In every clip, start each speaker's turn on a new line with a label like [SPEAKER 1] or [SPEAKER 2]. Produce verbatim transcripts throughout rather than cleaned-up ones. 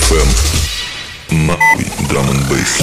[SPEAKER 1] эф эм. Нахуй драм энд бейс.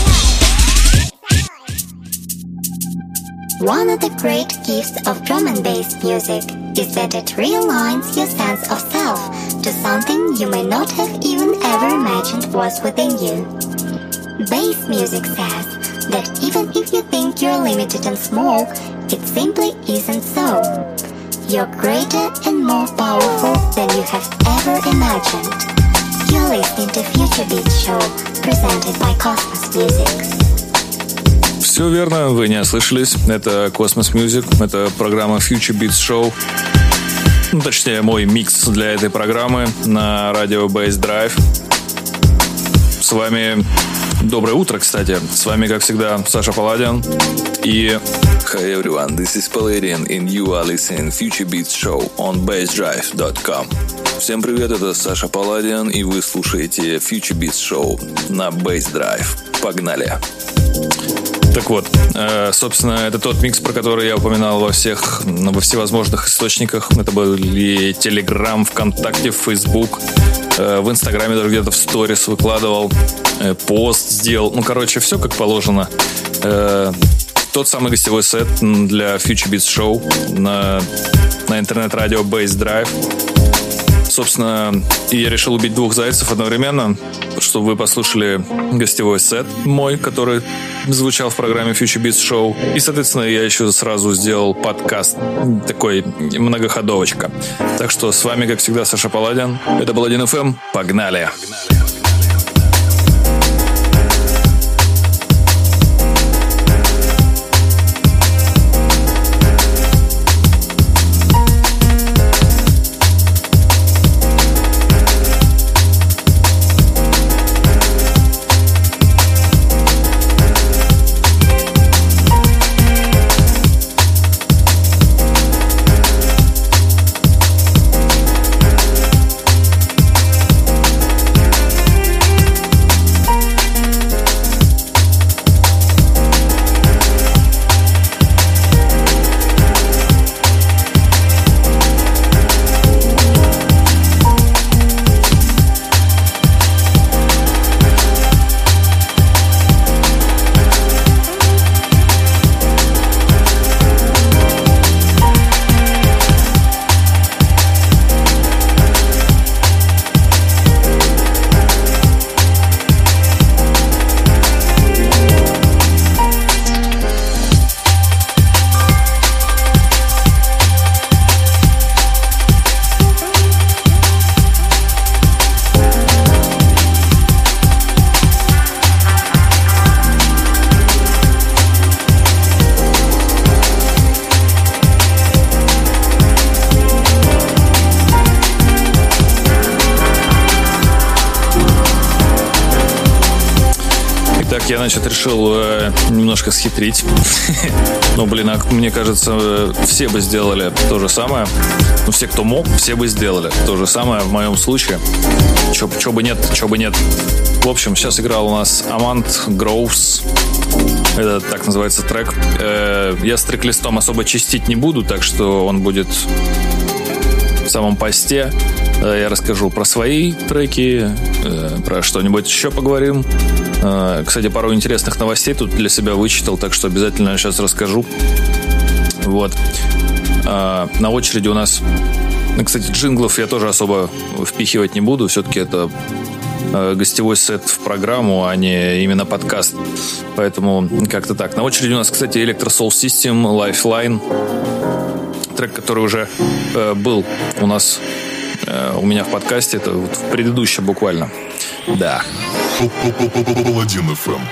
[SPEAKER 2] One of the great gifts of drum and bass music is that it realigns your sense of self to something you may not have even ever imagined was within you. Bass music says that even if you think you're limited and small, it simply isn't so. You're greater and more powerful than you have ever imagined. You're listening to Future Beats Show, presented by Cosmos Music.
[SPEAKER 3] Все верно, вы не ослышались. Это Cosmos Music, это программа Future Beats Show. Ну, точнее, мой микс для этой программы на радио Bass Drive. С вами... Доброе утро, кстати. С вами, как всегда, Саша Паладин. И... Hi everyone, this is Palladian, and you are listening Future Beats Show on bass drive dot com. Всем привет, это Саша Паладин, и вы слушаете Future Beats Show на Bass Drive. Погнали! Так вот, э, собственно, это тот микс, про который я упоминал во всех, во всевозможных источниках. Это были Telegram, ВКонтакте, Facebook, э, в Инстаграме даже где-то в сторис выкладывал, э, пост сделал. Ну, короче, все как положено. Э, тот самый гостевой сет для Future Beats Show на, на интернет-радио Bass Drive. Собственно, я решил убить двух зайцев одновременно, чтобы вы послушали гостевой сет мой, который звучал в программе Future Beats Show. И, соответственно, я еще сразу сделал подкаст, такой многоходовочка. Так что с вами, как всегда, Саша Паладин. Это Паладин эф эм. Погнали! Я, значит, решил э, немножко схитрить. Ну, блин, а мне кажется, э, все бы сделали то же самое. Ну, все, кто мог, все бы сделали то же самое в моем случае. Чё, чё бы нет, чё бы нет. В общем, сейчас играл у нас Amand Groves. Это так называется трек. Э, я с трек-листом особо чистить не буду, так что он будет в самом посте. Э, я расскажу про свои треки, э, про что-нибудь еще поговорим. Кстати, пару интересных новостей тут для себя вычитал, так что обязательно сейчас расскажу. Вот. На очереди у нас... Кстати, джинглов я тоже особо впихивать не буду. Все-таки это гостевой сет в программу, а не именно подкаст. Поэтому как-то так. На очереди у нас, кстати, Electro Soul System, Lifeline. Трек, который уже был у нас, у меня в подкасте. Это вот в предыдущем буквально. Да.
[SPEAKER 1] Паладин эф эм.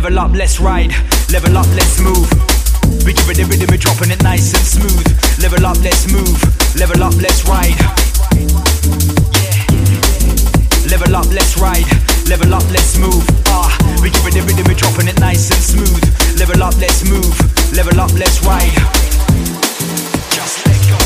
[SPEAKER 4] Level up, let's ride. Level up, let's move. We give it the rhythm, we're dropping it nice and smooth. Level up, let's move. Level up, let's ride. Level up, let's ride. Level up, let's move. Ah, we give it the rhythm, we're dropping it nice and smooth. Level up, let's move. Level up, let's ride. Just let go.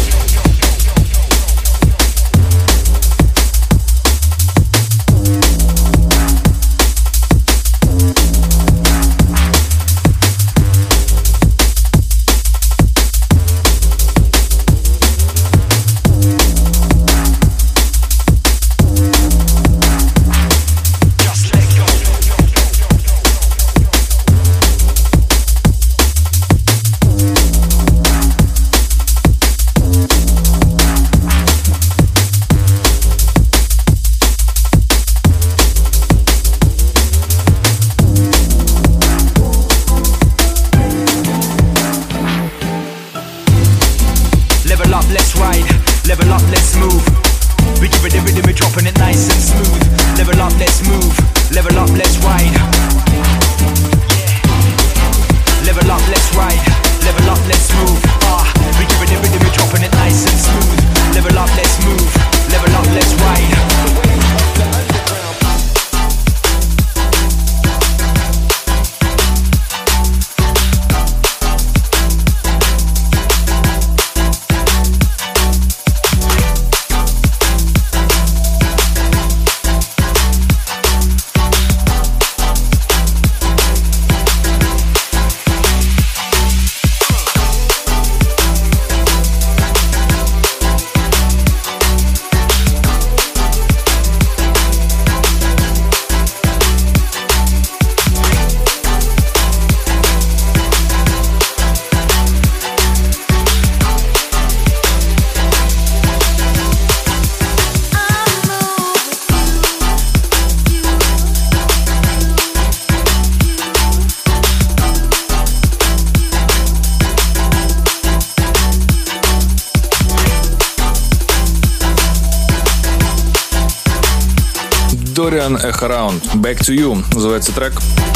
[SPEAKER 3] Dorian Echoround, Back to You называется трек.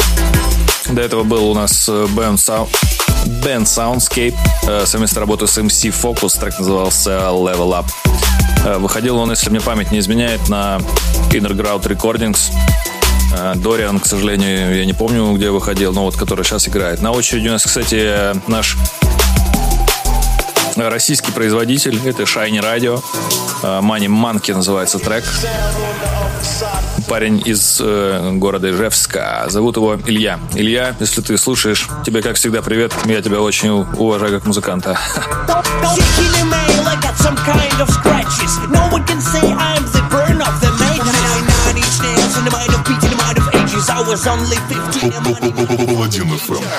[SPEAKER 3] До этого был у нас Band, Sound, Band Soundscape, совместная работа с эм си Focus, трек назывался Level Up. Выходил он, если мне память не изменяет, на Inner Ground Recordings. Дориан, к сожалению, я не помню, где выходил, но вот который сейчас играет. На очереди у нас, кстати, наш российский производитель, это Shiny Radio, Money Monkey называется трек. Парень из э, города Ижевска. Зовут его Илья. Илья, если ты слушаешь, тебе, как всегда, привет. Я тебя очень уважаю как музыканта.
[SPEAKER 1] Паладин эф эм.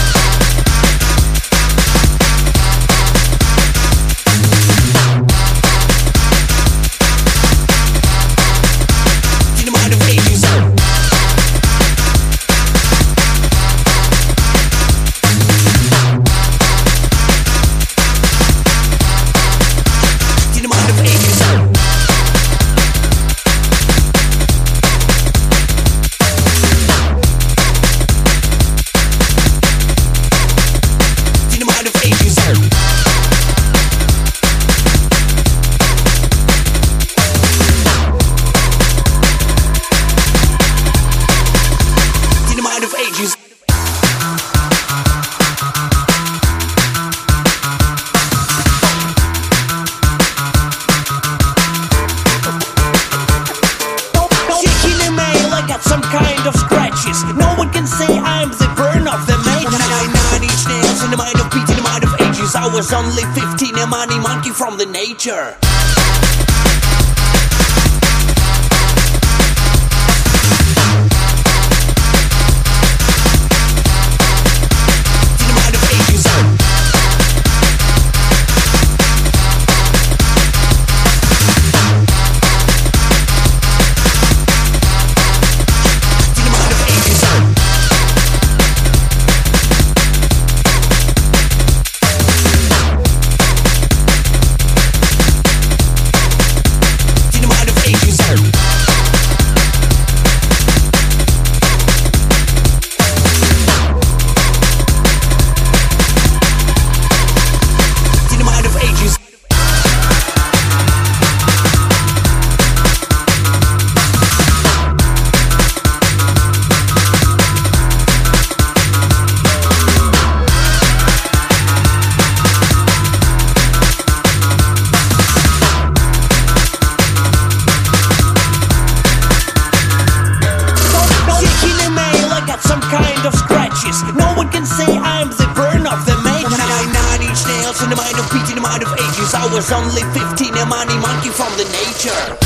[SPEAKER 5] I was only fifteen, a money monkey from the nature. amount of ages, I was only fifteen, a money monkey from the nature.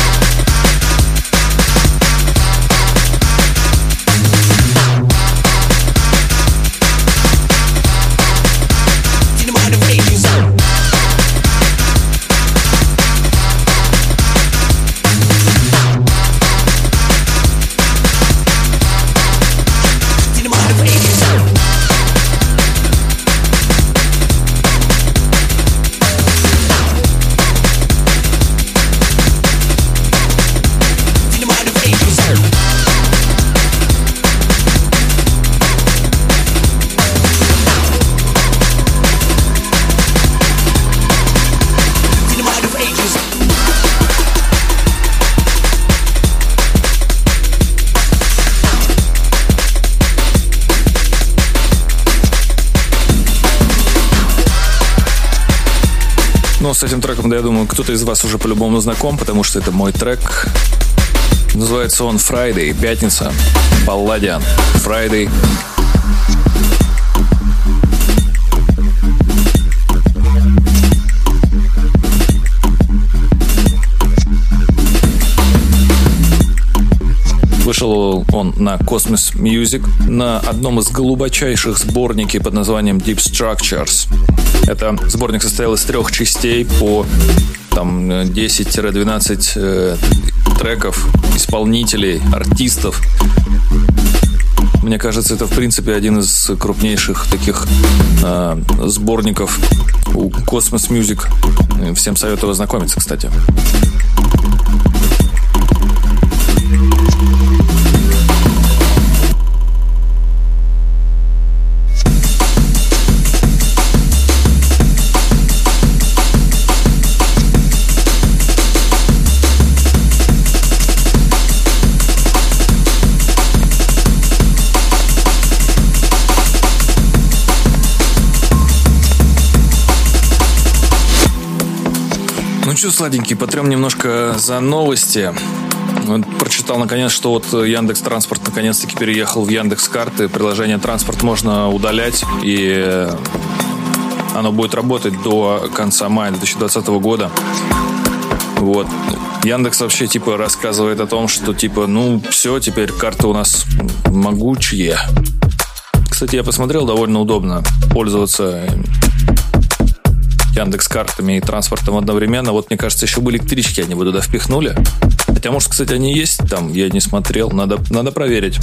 [SPEAKER 3] Но с этим треком, да, я думаю, кто-то из вас уже по-любому знаком, потому что это мой трек. Называется он Friday, пятница, Палладиан, Friday. Вышел он на Cosmos Music, на одном из глубочайших сборников под названием Deep Structures. Это сборник состоял из трех частей по там десять-двенадцать э, треков, исполнителей, артистов. Мне кажется, это в принципе один из крупнейших таких э, сборников у Cosmos Music. Всем советую ознакомиться, кстати. Ну что, сладенький, потрем немножко за новости. Вот, прочитал наконец, что вот Яндекс Транспорт наконец-таки переехал в Яндекс.Карты. Приложение Транспорт можно удалять, и оно будет работать до конца мая две тысячи двадцатого года. Вот. Яндекс вообще типа рассказывает о том, что типа, ну все, теперь карты у нас могучие. Кстати, я посмотрел, довольно удобно пользоваться Яндекс.Картами и транспортом одновременно. Вот, мне кажется, еще бы электрички они бы туда впихнули. Хотя, может, кстати, они есть там, я не смотрел. Надо, надо проверить.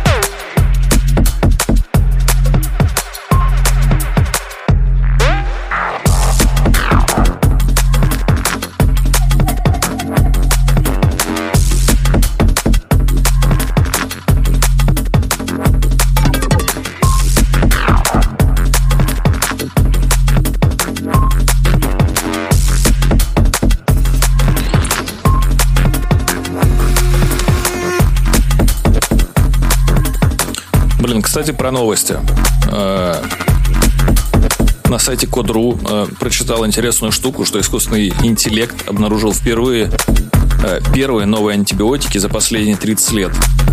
[SPEAKER 3] Блин, кстати, про новости. На сайте Код.ру прочитал интересную штуку, что искусственный интеллект обнаружил впервые первые новые антибиотики за последние тридцать лет.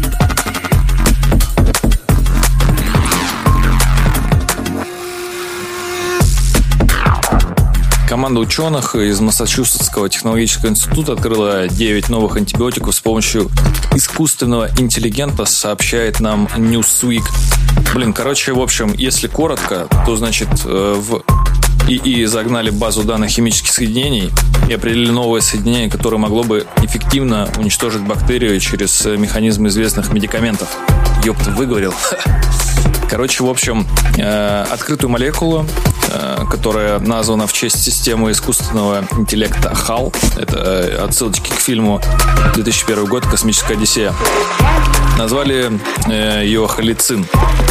[SPEAKER 3] Команда ученых из Массачусетского технологического института открыла девять новых антибиотиков с помощью искусственного интеллигента, сообщает нам Newsweek. Блин, короче, в общем, если коротко, то, значит, в ИИ загнали базу данных химических соединений и определили новое соединение, которое могло бы эффективно уничтожить бактерию через механизм известных медикаментов. Ёпта, выговорил. Короче, в общем, открытую молекулу, которая названа в честь системы искусственного интеллекта хал. Это отсылочки к фильму две тысячи первый год «Космическая Одиссея». Назвали ее холецин.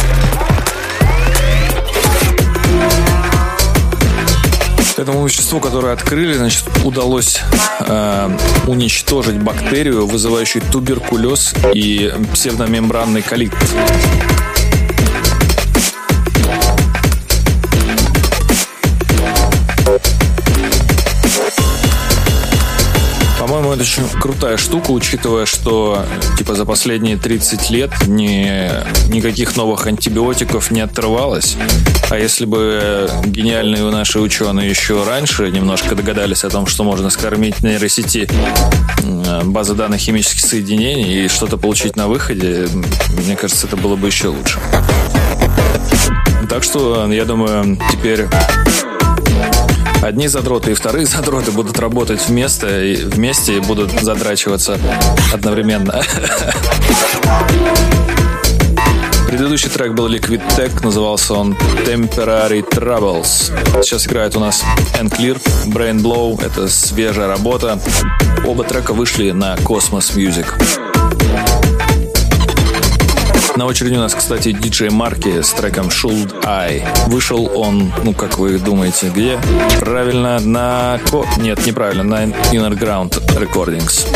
[SPEAKER 3] Этому веществу, которое открыли, значит, удалось э, уничтожить бактерию, вызывающую туберкулез и псевдомембранный колит. По-моему, думаю, это очень крутая штука, учитывая, что типа за последние тридцать лет ни, никаких новых антибиотиков не отрывалось. А если бы гениальные наши ученые еще раньше немножко догадались о том, что можно скормить нейросети базы данных химических соединений и что-то получить на выходе, мне кажется, это было бы еще лучше. Так что, я думаю, теперь одни задроты и вторые задроты будут работать вместе и, вместе и будут задрачиваться одновременно. Предыдущий трек был Liquid Tech, назывался он Temporary Troubles. Сейчас играет у нас N-Clear, Brain Blow, это свежая работа. Оба трека вышли на Cosmos Music. На очереди у нас, кстати, диджей Марки с треком Should I. Вышел он, ну, как вы думаете, где? Правильно, на... Нет, неправильно, на Inner Ground Recordings.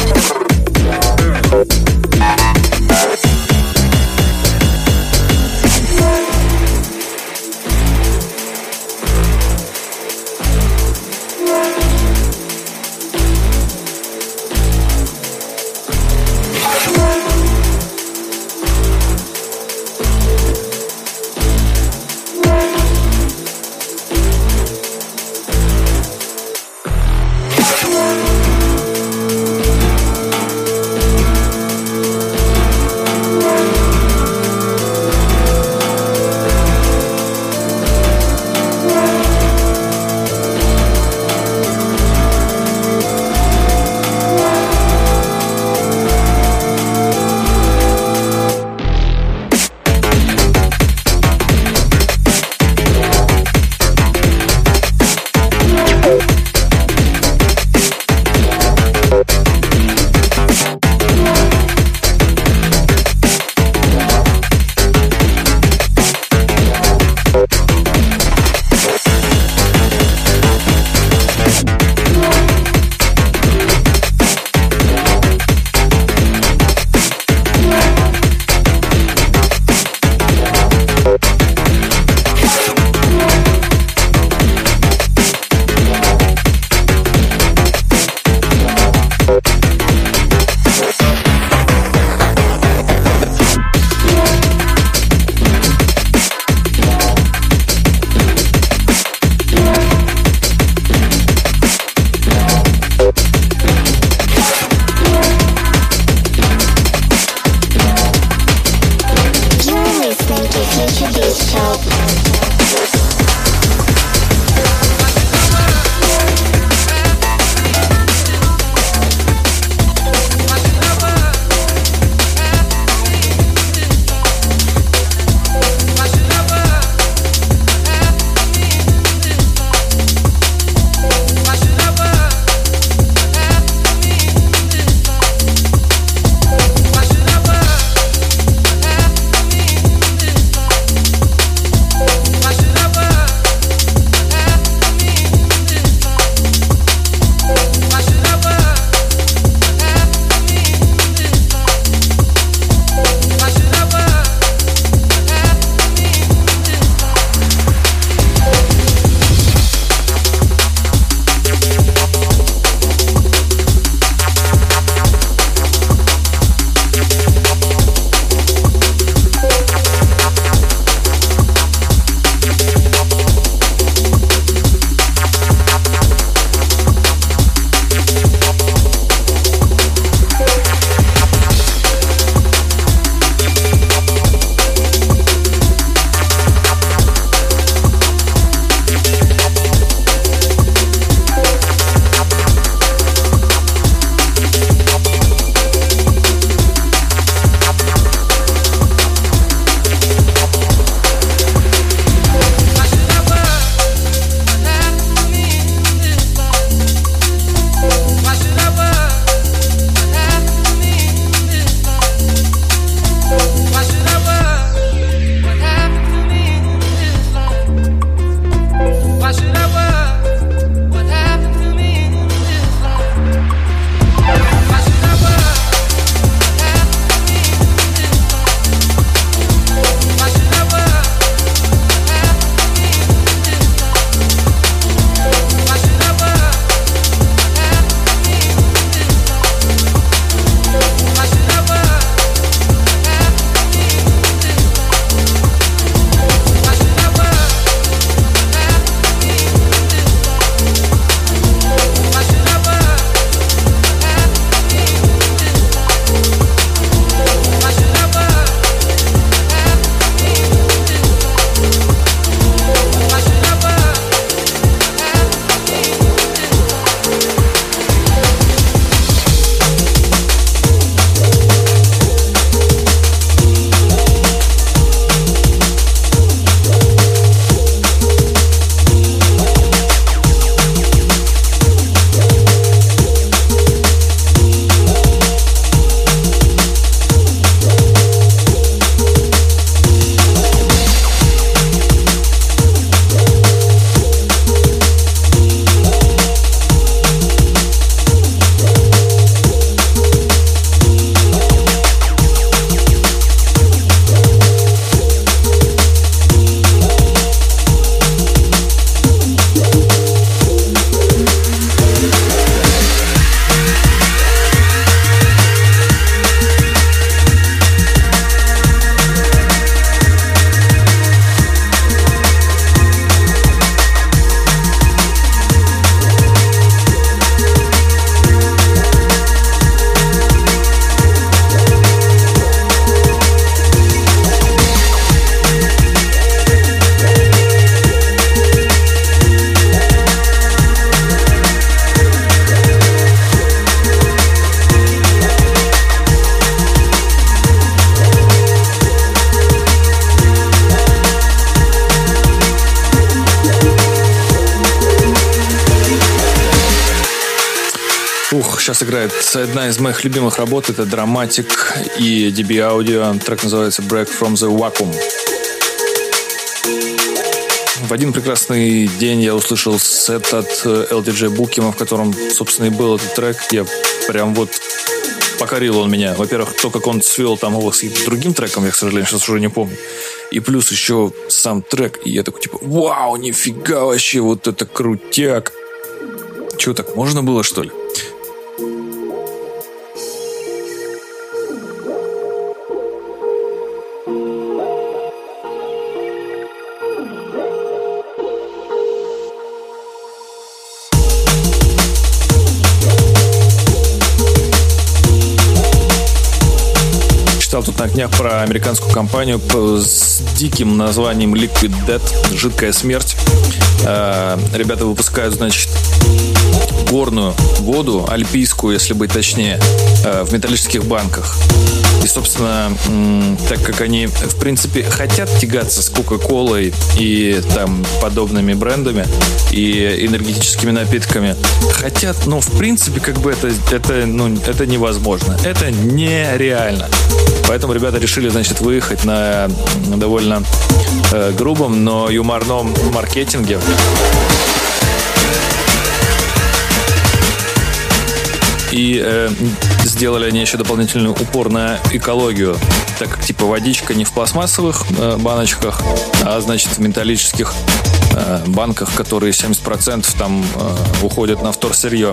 [SPEAKER 3] Сейчас играет одна из моих любимых работ. Это Dramatic и ди би Audio. Трек называется Break from the Vacuum. В один прекрасный день я услышал сет от эл ди джей Bookima, в котором, собственно, и был этот трек. Я прям вот покорил он меня. Во-первых, то, как он свел там его с другим треком, я, к сожалению, сейчас уже не помню. И плюс еще сам трек. И я такой, типа, вау, нифига вообще, вот это крутяк. Чего, так можно было, что ли? Читал тут на днях про американскую компанию с диким названием Liquid Death, жидкая смерть. Ребята выпускают, значит, горную воду, альпийскую, если быть точнее, в металлических банках. И, собственно, так как они, в принципе, хотят тягаться с Кока-Колой и там подобными брендами и энергетическими напитками, хотят, но, в принципе, как бы это, это, ну, это невозможно. Это нереально. Поэтому ребята решили, значит, выехать на довольно э, грубом, но юморном маркетинге. И э, сделали они еще дополнительный упор на экологию, так как типа водичка не в пластмассовых э, баночках, а значит в металлических э, банках, которые семьдесят процентов там э, уходят на вторсырье.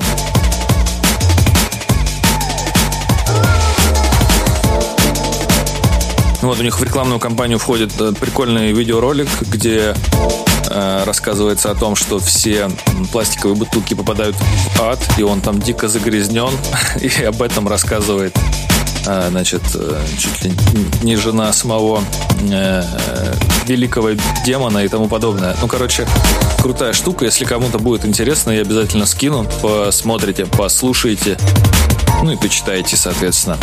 [SPEAKER 3] Вот у них в рекламную кампанию входит прикольный видеоролик, где э, рассказывается о том, что все пластиковые бутылки попадают в ад, и он там дико загрязнен, и об этом рассказывает, э, значит, э, чуть ли не жена самого э, великого демона и тому подобное. Ну, короче, крутая штука. Если кому-то будет интересно, я обязательно скину. Посмотрите, послушайте, ну и почитайте, соответственно.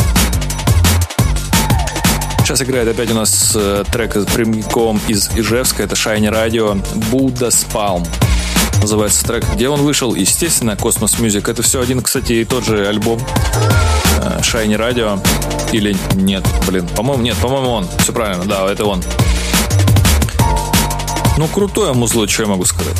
[SPEAKER 3] Сейчас играет опять у нас э, трек прямиком из Ижевска. Это Shiny Radio, Buddha's Palm называется трек. Где он вышел? Естественно, Cosmos Music. Это все один, кстати, и тот же альбом э, Shiny Radio. Или нет, блин, по-моему, нет, по-моему он. Все правильно, да, это он. Ну, крутое музло, что я могу сказать.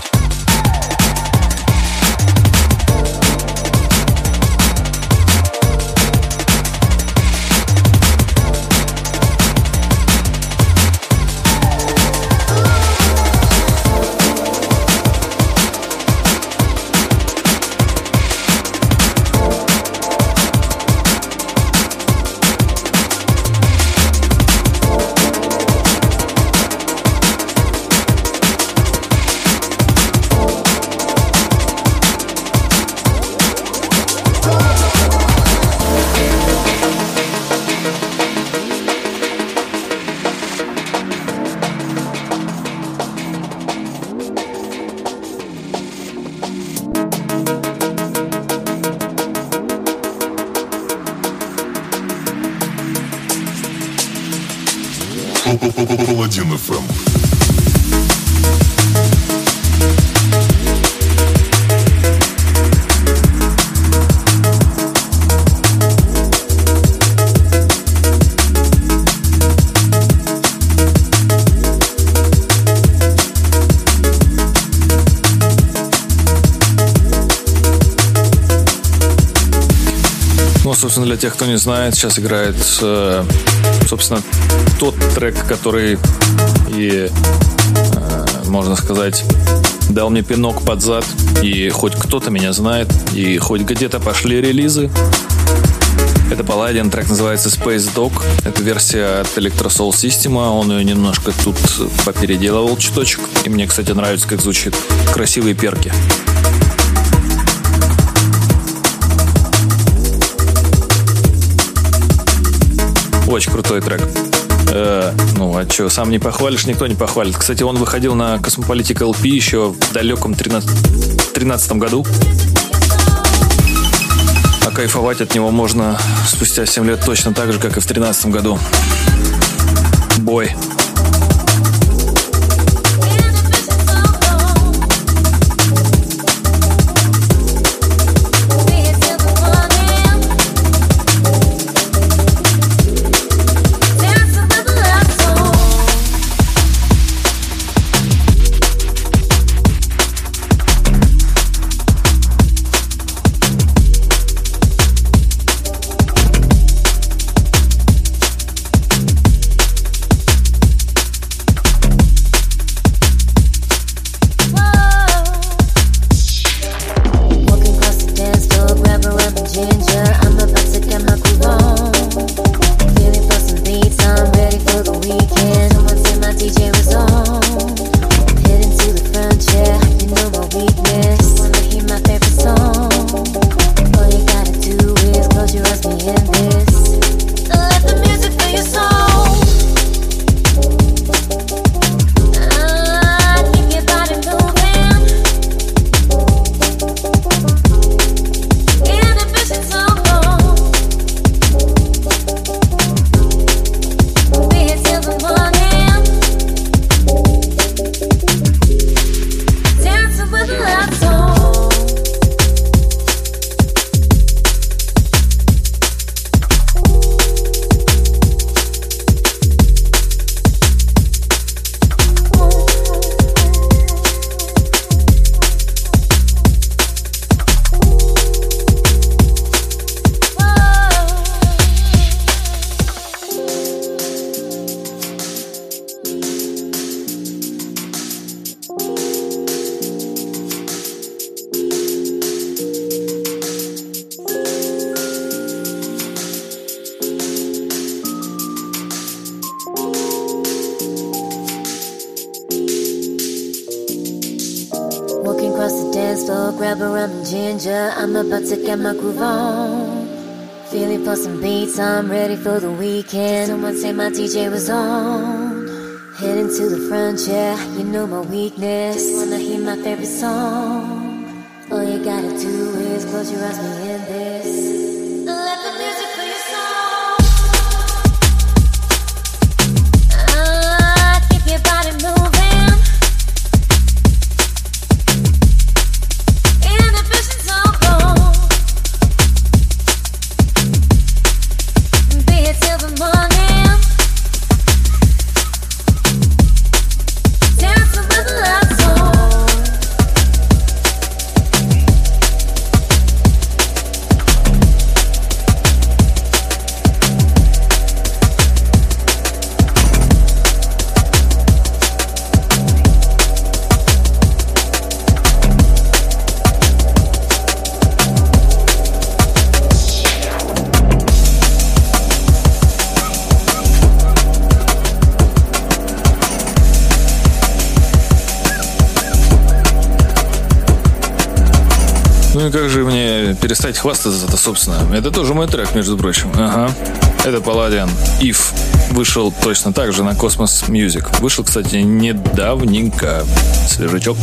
[SPEAKER 1] Паладин эф эм.
[SPEAKER 3] Ну, собственно, для тех, кто не знает, сейчас играет, собственно, тот трек, который и, можно сказать, дал мне пинок под зад. И хоть кто-то меня знает, и хоть где-то пошли релизы. Это Паладин, трек называется Space Dog. Это версия от Electro Soul System. Он ее немножко тут попеределывал чуточек. И мне, кстати, нравится, как звучит. Красивые перки. Очень крутой трек. Э, ну, а что, сам не похвалишь, никто не похвалит. Кстати, он выходил на Cosmopolitic эл пи еще в далеком тринадцатом году. А кайфовать от него можно спустя семь лет точно так же, как и в тринадцатом году. Бой.
[SPEAKER 6] dance floor, grab a rum and ginger. I'm about to get my groove on. Feeling for some beats, I'm ready for the weekend. Someone say my D J was on. Heading to the front, yeah, you know my weakness. Just wanna hear my favorite song. All you gotta do is close your eyes, me in this. Let the music play your song. Ah, keep your body moving. Inhibitions all gone. Be here till the morning. Dancing with the lights on.
[SPEAKER 3] Ну и как же мне перестать хвастаться-то, собственно? Это тоже мой трек, между прочим. Ага. Это Паладин. If. Вышел точно так же на Cosmos Music. Вышел, кстати, недавненько. Свежачок.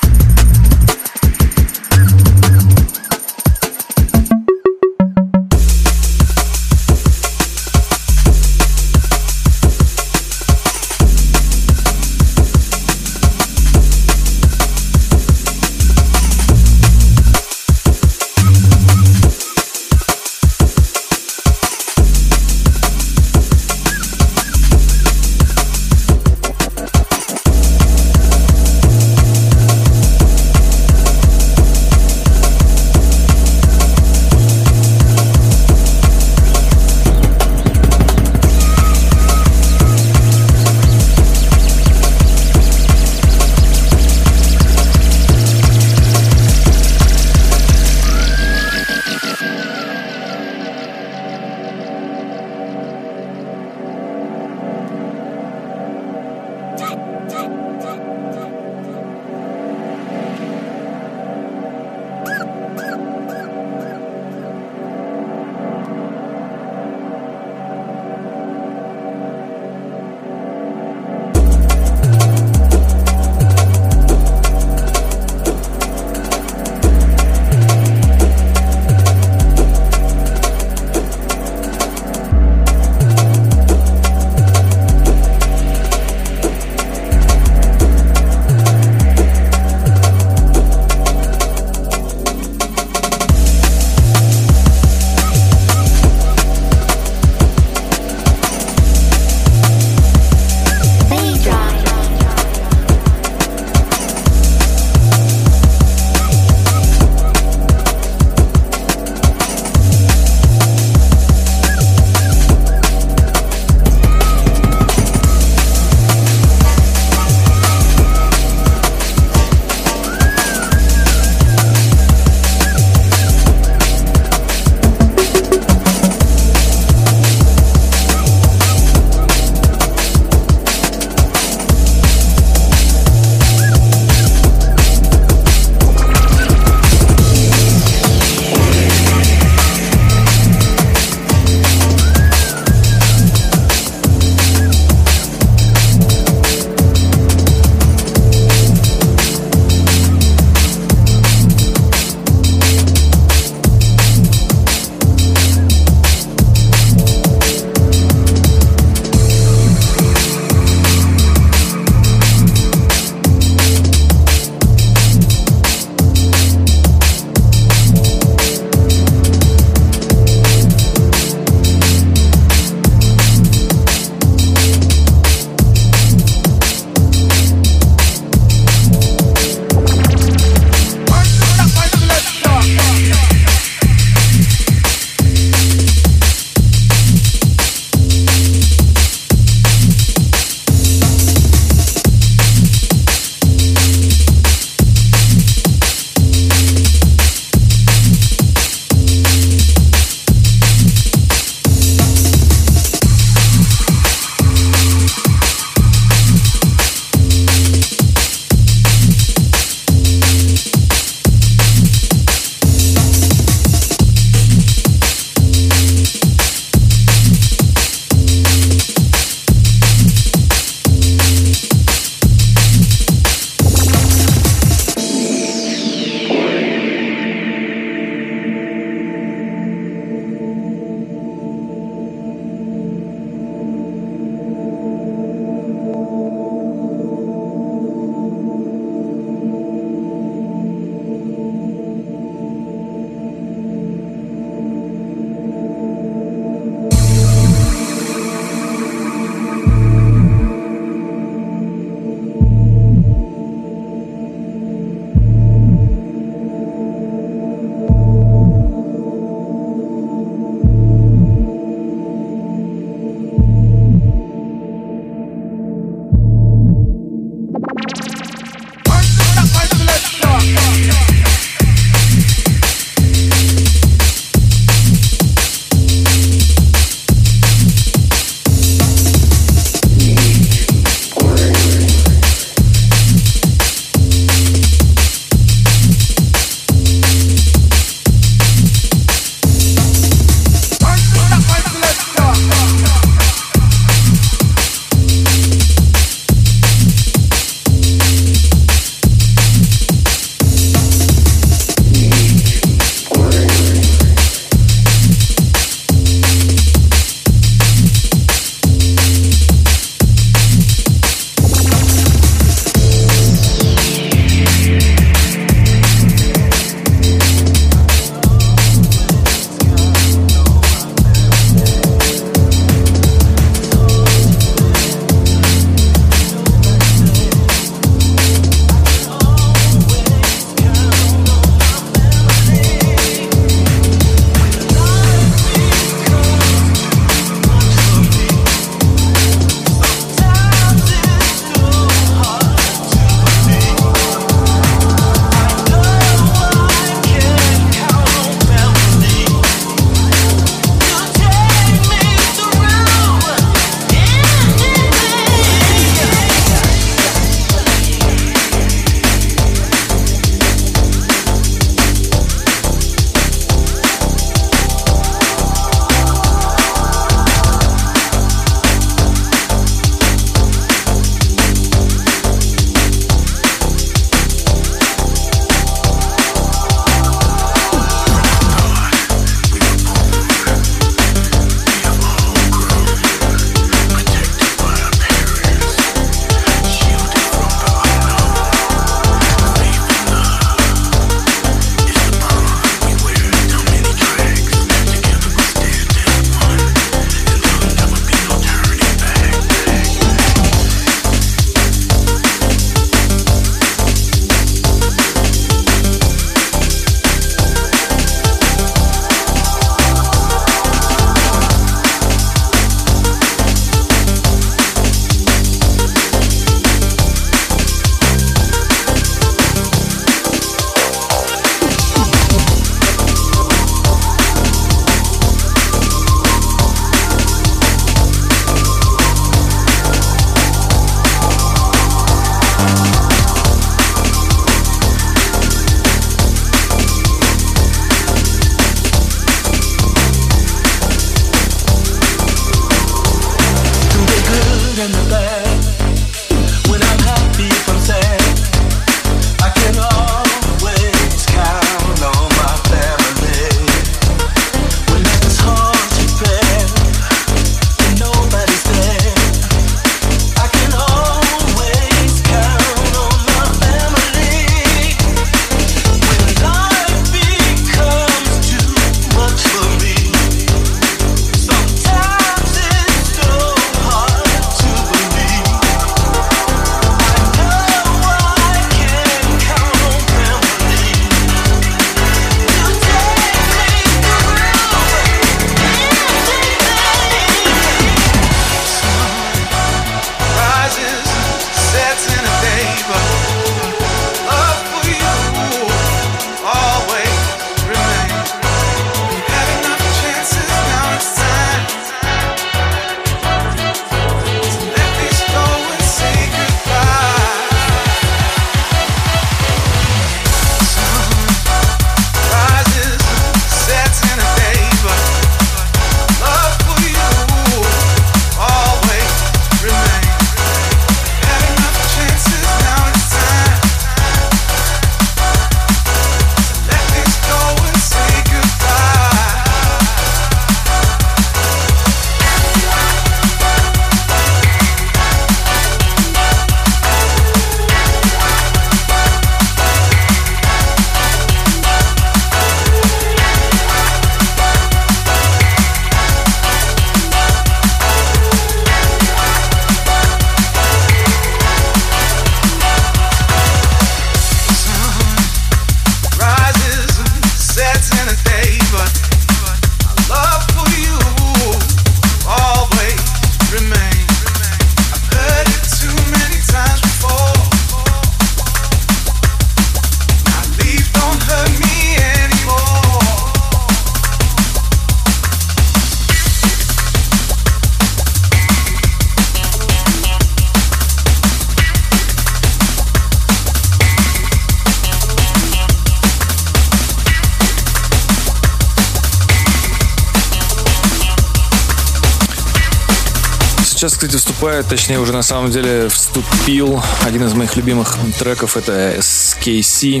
[SPEAKER 3] Сейчас, кстати, вступает, точнее, уже на самом деле вступил один из моих любимых треков. Это эс кей си.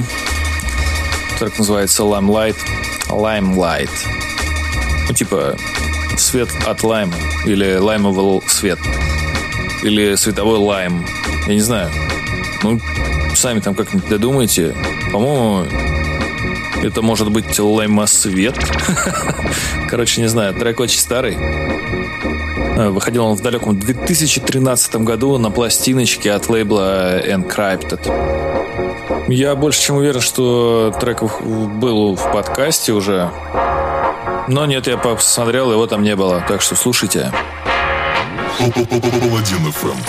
[SPEAKER 3] Трек называется Limelight. Limelight. Ну, типа, свет от лайма. Или лаймовый свет. Или световой лайм. Я не знаю. Ну, сами там как-нибудь додумайте. По-моему, это может быть лаймосвет. Короче, не знаю. Трек очень старый. Выходил он в далеком две тысячи тринадцатом году на пластиночке от лейбла Encrypted. Я больше чем уверен, что трек был в подкасте уже. Но нет, я посмотрел, его там не было. Так что слушайте.
[SPEAKER 1] Паладин эф эм.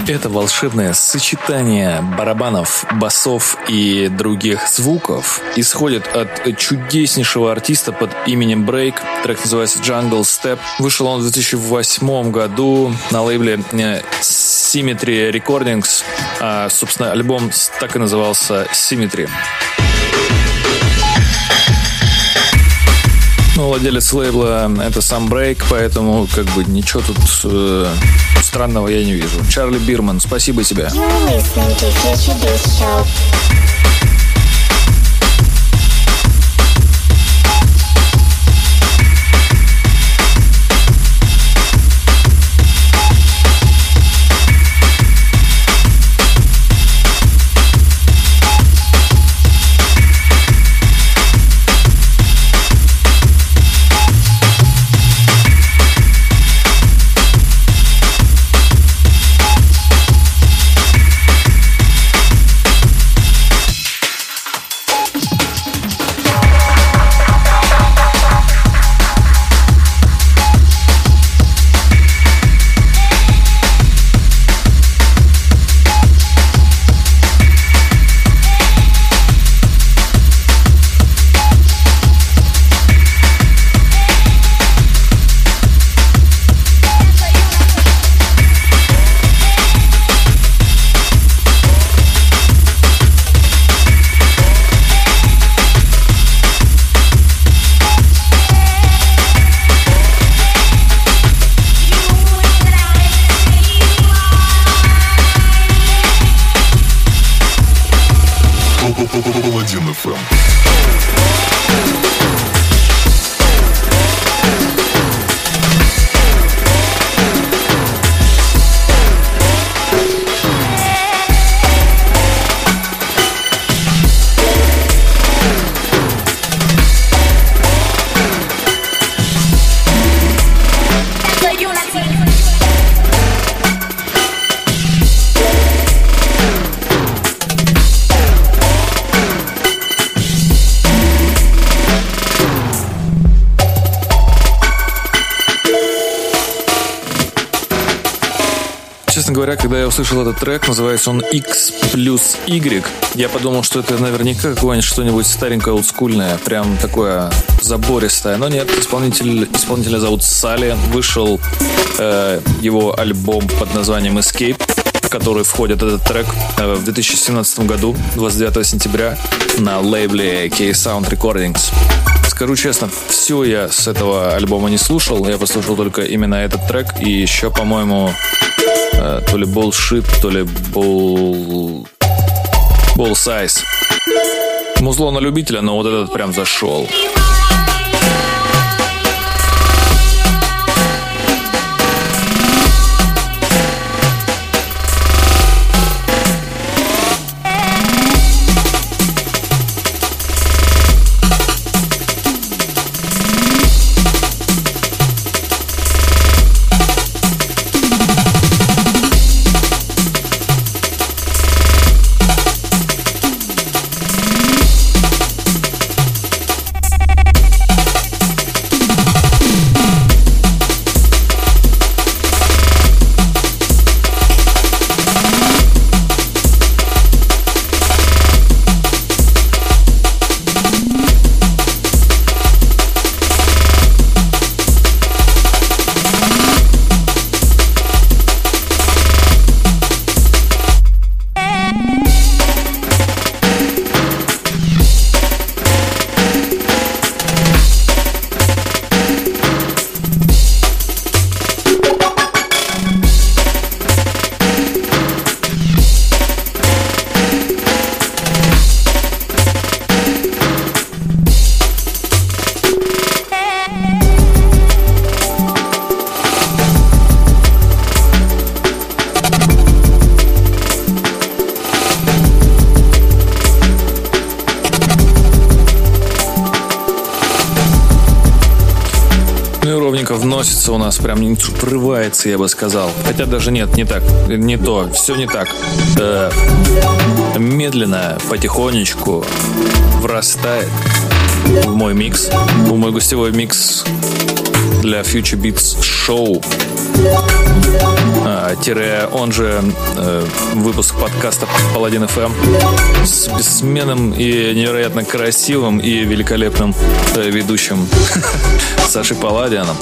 [SPEAKER 3] Это волшебное сочетание барабанов, басов и других звуков исходит от чудеснейшего артиста под именем Break. Трек называется Jungle Step. Вышел он в две тысячи восьмом году на лейбле Symmetry Recordings. А, собственно, альбом так и назывался Symmetry. Ну, владелец лейбла — это сам Break, поэтому как бы ничего тут э, странного я не вижу. Чарли Бирман, спасибо тебе.
[SPEAKER 1] Паладин эф эм.
[SPEAKER 3] Честно говоря, когда я услышал этот трек, называется он X плюс Y, я подумал, что это наверняка какое-нибудь что-нибудь старенькое, олдскульное, прям такое забористое. Но нет, исполнитель, исполнителя зовут Салли. Вышел э, его альбом под названием Escape, в который входит этот трек э, в две тысячи семнадцатом году, двадцать девятого сентября, на лейбле K-Sound Recordings. Скажу честно, все я с этого альбома не слушал, я послушал только именно этот трек, и еще, по-моему, э, то ли Bullshit, то ли Bull... Bull Size. Музло на любителя, но вот этот прям зашел. Вносится у нас, прям не прорывается, я бы сказал. Хотя даже нет, не так, не то, все не так. Э, медленно, потихонечку врастает в мой микс, в мой гостевой микс для Future Beats Show. А, тире, он же э, выпуск подкаста Паладин эф эм с бессменным и невероятно красивым и великолепным э, ведущим Сашей Паладианом.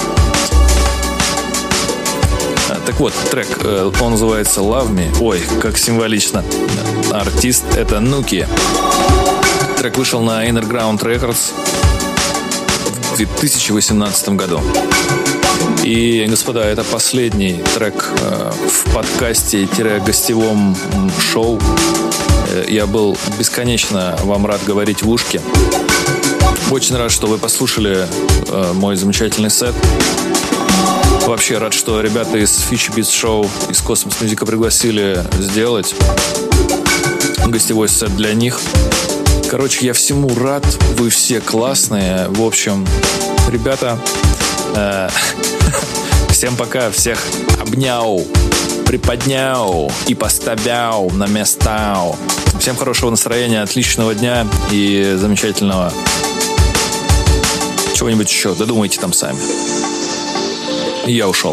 [SPEAKER 3] Так вот, трек, э, он называется Love Me. Ой, как символично. Артист — это Нуки. Трек вышел на Innerground Records в две тысячи восемнадцатом году. И, господа, это последний трек э, в подкасте-гостевом шоу. Э, я был бесконечно вам рад говорить в ушки. Очень рад, что вы послушали э, мой замечательный сет. Вообще рад, что ребята из Future Beats Show, из Cosmos Music пригласили сделать гостевой сет для них. Короче, я всему рад, вы все классные. В общем, ребята, э, всем пока, всех обнял, приподнял и поставлял на места. Всем хорошего настроения, отличного дня и замечательного чего-нибудь еще. Додумайте там сами. Я ушел.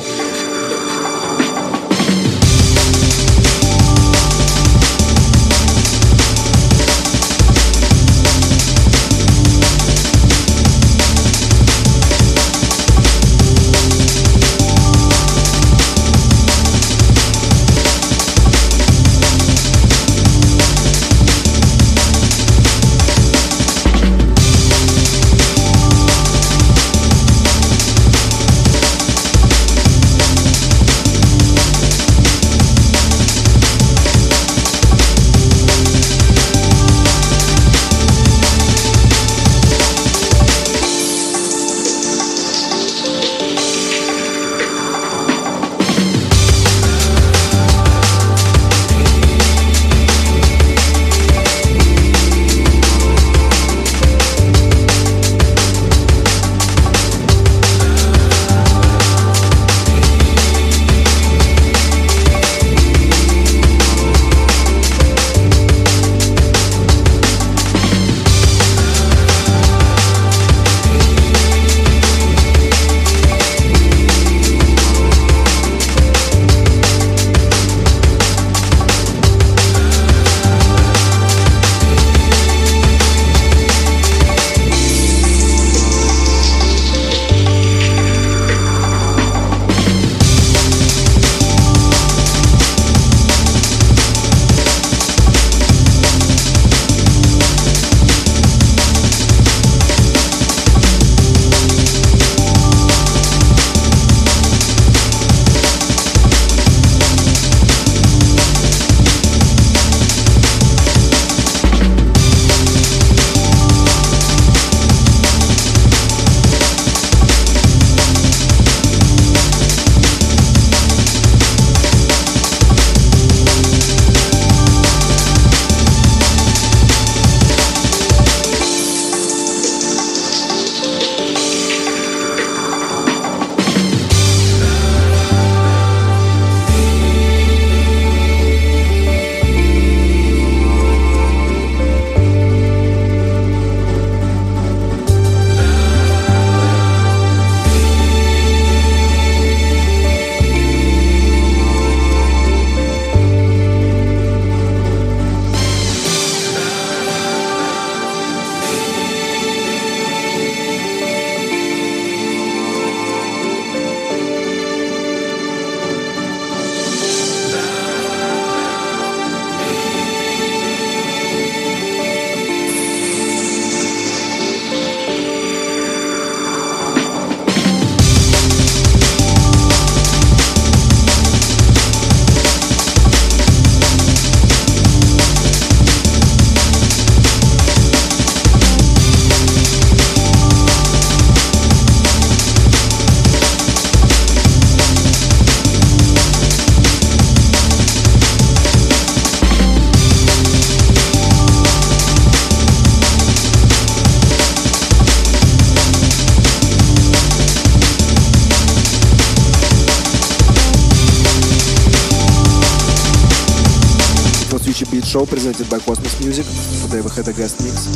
[SPEAKER 7] Show presented by Cosmos Music. Today we had a guest mix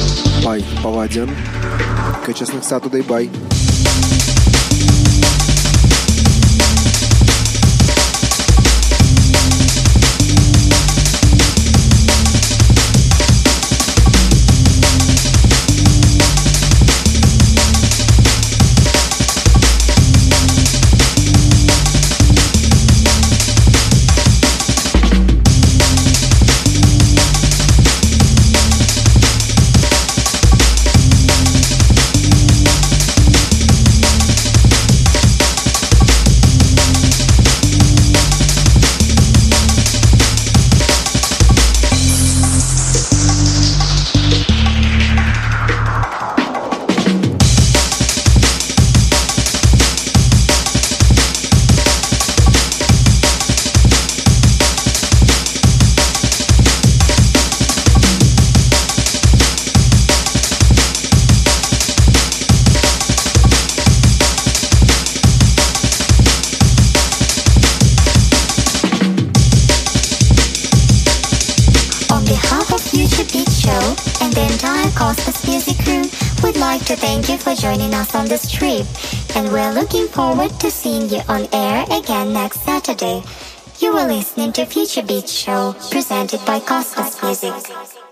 [SPEAKER 7] by Palladian. Catch us next Saturday. Bye.
[SPEAKER 2] like to thank you for joining us on this trip, and we're looking forward to seeing you on air again next Saturday. You were listening to Future Beats Show, presented by Cosmos Music.